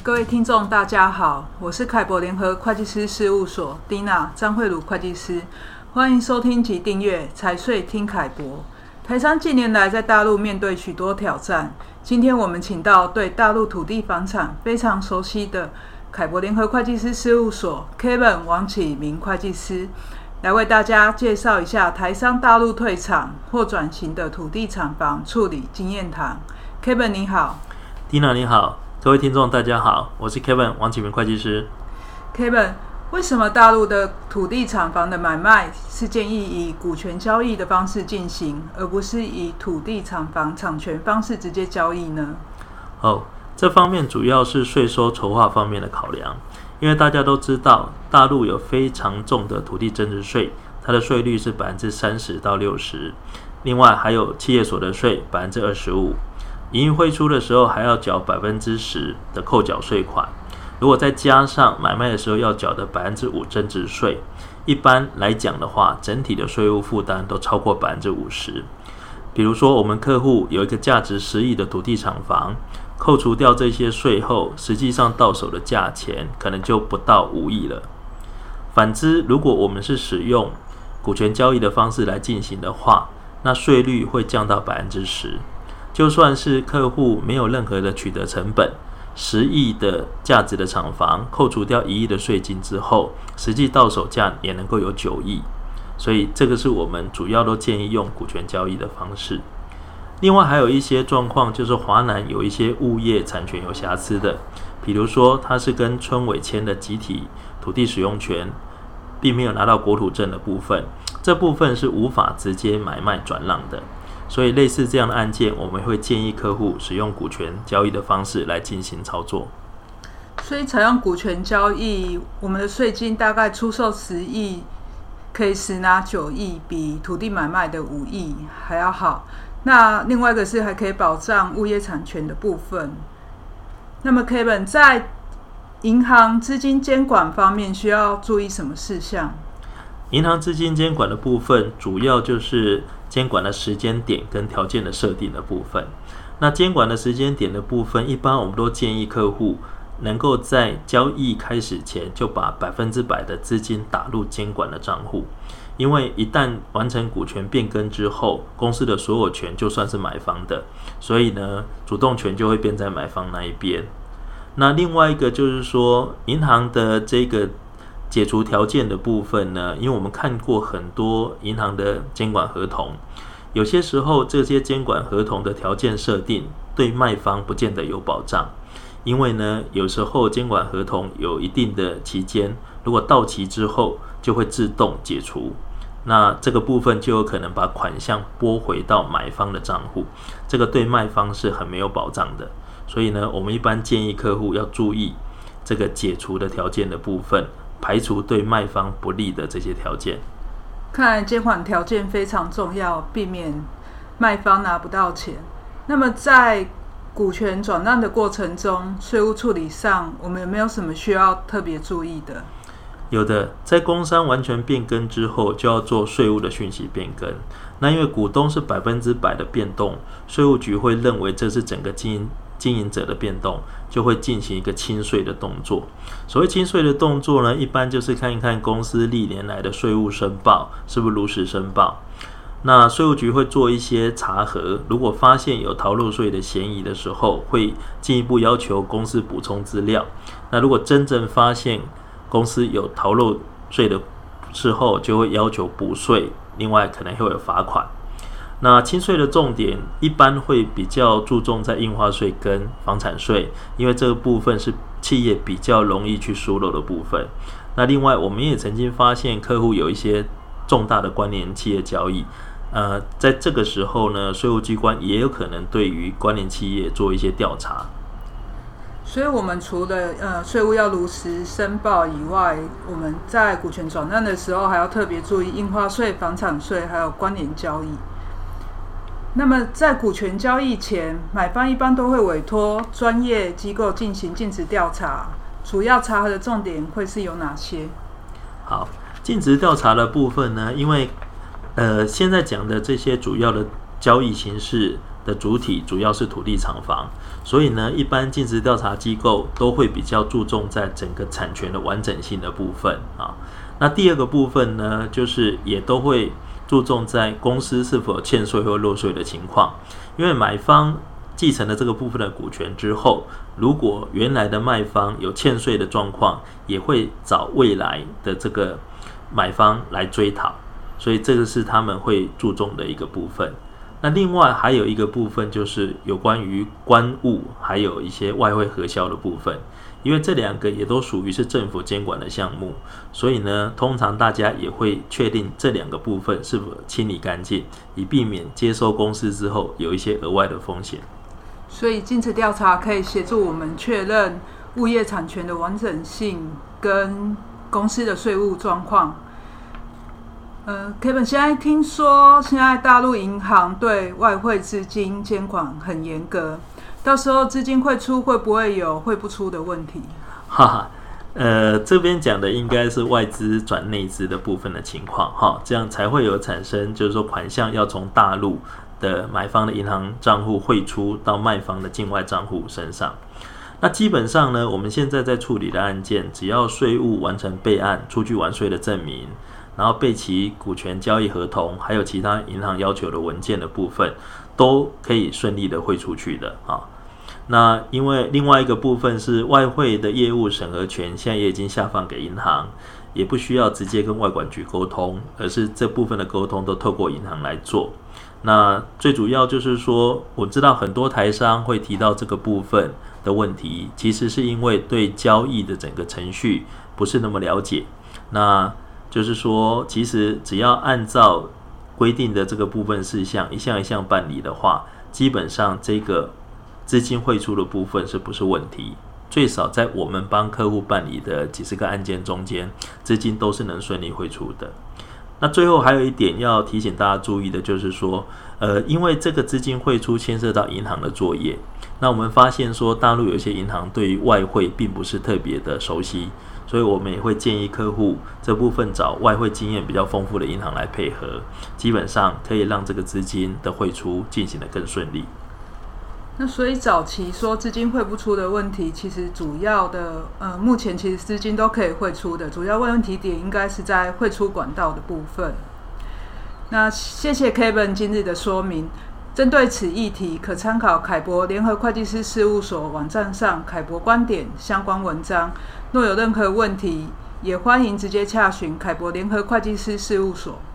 各位听众大家好，我是凯博联合会计师事务所 Dina 张慧茹会计师，欢迎收听及订阅财税听凯博。台商近年来在大陆面对许多挑战，今天我们请到对大陆土地房产非常熟悉的凯博联合会计师事务所 Kevin 王启明会计师，来为大家介绍一下台商大陆退场或转型的土地厂房处理经验谈。Kevin 你好。 Dina 你好，各位听众大家好，我是 Kevin 王启明会计师。 Kevin， 为什么大陆的土地厂房的买卖是建议以股权交易的方式进行，而不是以土地厂房产权方式直接交易呢？ 这方面主要是税收筹划方面的考量，因为大家都知道大陆有非常重的土地增值税，它的税率是 30%到60%， 另外还有企业所得税 25%， 营运汇出的时候还要缴 10% 的扣缴税款，如果再加上买卖的时候要缴的 5% 增值税，一般来讲的话，整体的税务负担都超过 50%。 比如说我们客户有一个价值10亿的土地厂房，扣除掉这些税后，实际上到手的价钱可能就不到5亿了。反之，如果我们是使用股权交易的方式来进行的话，那税率会降到 10%。 就算是客户没有任何的取得成本，10亿的价值的厂房扣除掉1亿的税金之后，实际到手价也能够有9亿，所以这个是我们主要都建议用股权交易的方式。另外还有一些状况，就是华南有一些物业产权有瑕疵的，比如说它是跟村委签的集体土地使用权，并没有拿到国土证的部分，这部分是无法直接买卖转让的，所以类似这样的案件，我们会建议客户使用股权交易的方式来进行操作。 所以采用股权交易，我们的税金大概出售10亿可以实拿9亿，比土地买卖的5亿还要好。那另外一个是还可以保障物业产权的部分。那么 Kevin， 在银行资金监管方面需要注意什么事项？ 银行资金监管的部分主要就是监管的时间点跟条件的设定的部分。那监管的时间点的部分，一般我们都建议客户能够在交易开始前就把100%的资金打入监管的账户，因为一旦完成股权变更之后，公司的所有权就算是买方的，所以呢，主动权就会变在买方那一边。那另外一个就是说，银行的这个解除条件的部分呢，因为我们看过很多银行的监管合同，有些时候这些监管合同的条件设定对卖方不见得有保障，因为呢，有时候监管合同有一定的期间，如果到期之后就会自动解除，那这个部分就有可能把款项拨回到买方的账户，这个对卖方是很没有保障的。所以呢，我们一般建议客户要注意这个解除的条件的部分，排除对卖方不利的这些条件。 看来监管条件非常重要，避免卖方拿不到钱。那么在股权转让的过程中，税务处理上我们有没有什么需要特别注意的？ 有的，在工商完全变更之后，就要做税务的讯息变更。那因为股东是100%的变动，税务局会认为这是整个经营者的变动，就会进行一个清税的动作。所谓清税的动作呢，一般就是看一看公司历年来的税务申报是不是如实申报。那税务局会做一些查核，如果发现有逃漏税的嫌疑的时候，会进一步要求公司补充资料。那如果真正发现公司有逃漏税的时候，就会要求补税，另外可能会有罚款。那清税的重点一般会比较注重在印花税跟房产税，因为这个部分是企业比较容易去疏漏的部分。那另外我们也曾经发现客户有一些重大的关联企业交易，在这个时候呢，税务机关也有可能对于关联企业做一些调查。 所以我们除了税务要如实申报以外，我们在股权转让的时候还要特别注意印花税、房产税还有关联交易。那么在股权交易前，买方一般都会委托专业机构进行尽职调查，主要查核的重点会是有哪些？ 好，尽职调查的部分呢，因为现在讲的这些主要的交易形式的主体主要是土地厂房，所以呢，一般尽职调查机构都会比较注重在整个产权的完整性的部分啊。那第二个部分呢，就是也都会注重在公司是否欠税或漏税的情况，因为买方继承了这个部分的股权之后，如果原来的卖方有欠税的状况，也会找未来的这个买方来追讨，所以这个是他们会注重的一个部分。那另外还有一个部分就是有关于关务还有一些外汇核销的部分，因为这两个也都属于是政府监管的项目，所以呢，通常大家也会确定这两个部分是否清理干净，以避免接收公司之后有一些额外的风险。 所以尽职调查可以协助我们确认物业产权的完整性跟公司的税务状况。Kevin， 现在听说现在大陆银行对外汇资金监管很严格，到时候资金汇出会不会有汇不出的问题？ 哈哈，这边讲的应该是外资转内资的部分的情况哈，这样才会有产生，就是说款项要从大陆的买方的银行账户汇出到卖方的境外账户身上。那基本上呢，我们现在在处理的案件，只要税务完成备案、出具完税的证明，然后备齐股权交易合同，还有其他银行要求的文件的部分，都可以顺利的汇出去的啊。那因为另外一个部分是外汇的业务审核权，现在也已经下放给银行，也不需要直接跟外管局沟通，而是这部分的沟通都透过银行来做。那最主要就是说，我知道很多台商会提到这个部分的问题，其实是因为对交易的整个程序不是那么了解。那就是说，其实只要按照规定的这个部分事项一项一项办理的话，基本上这个资金汇出的部分是不是问题？最少在我们帮客户办理的几十个案件中间，资金都是能顺利汇出的。那最后还有一点要提醒大家注意的就是说，因为这个资金汇出牵涉到银行的作业，那我们发现说大陆有一些银行对于外汇并不是特别的熟悉，所以我们也会建议客户这部分找外汇经验比较丰富的银行来配合，基本上可以让这个资金的汇出进行得更顺利。 那所以早期说资金汇不出的问题，其实主要的目前其实资金都可以汇出的，主要问题点应该是在汇出管道的部分。那谢谢 Kevin 今日的说明，针对此议题可参考凯博联合会计师事务所网站上凯博观点相关文章，若有任何问题也欢迎直接洽询凯博联合会计师事务所。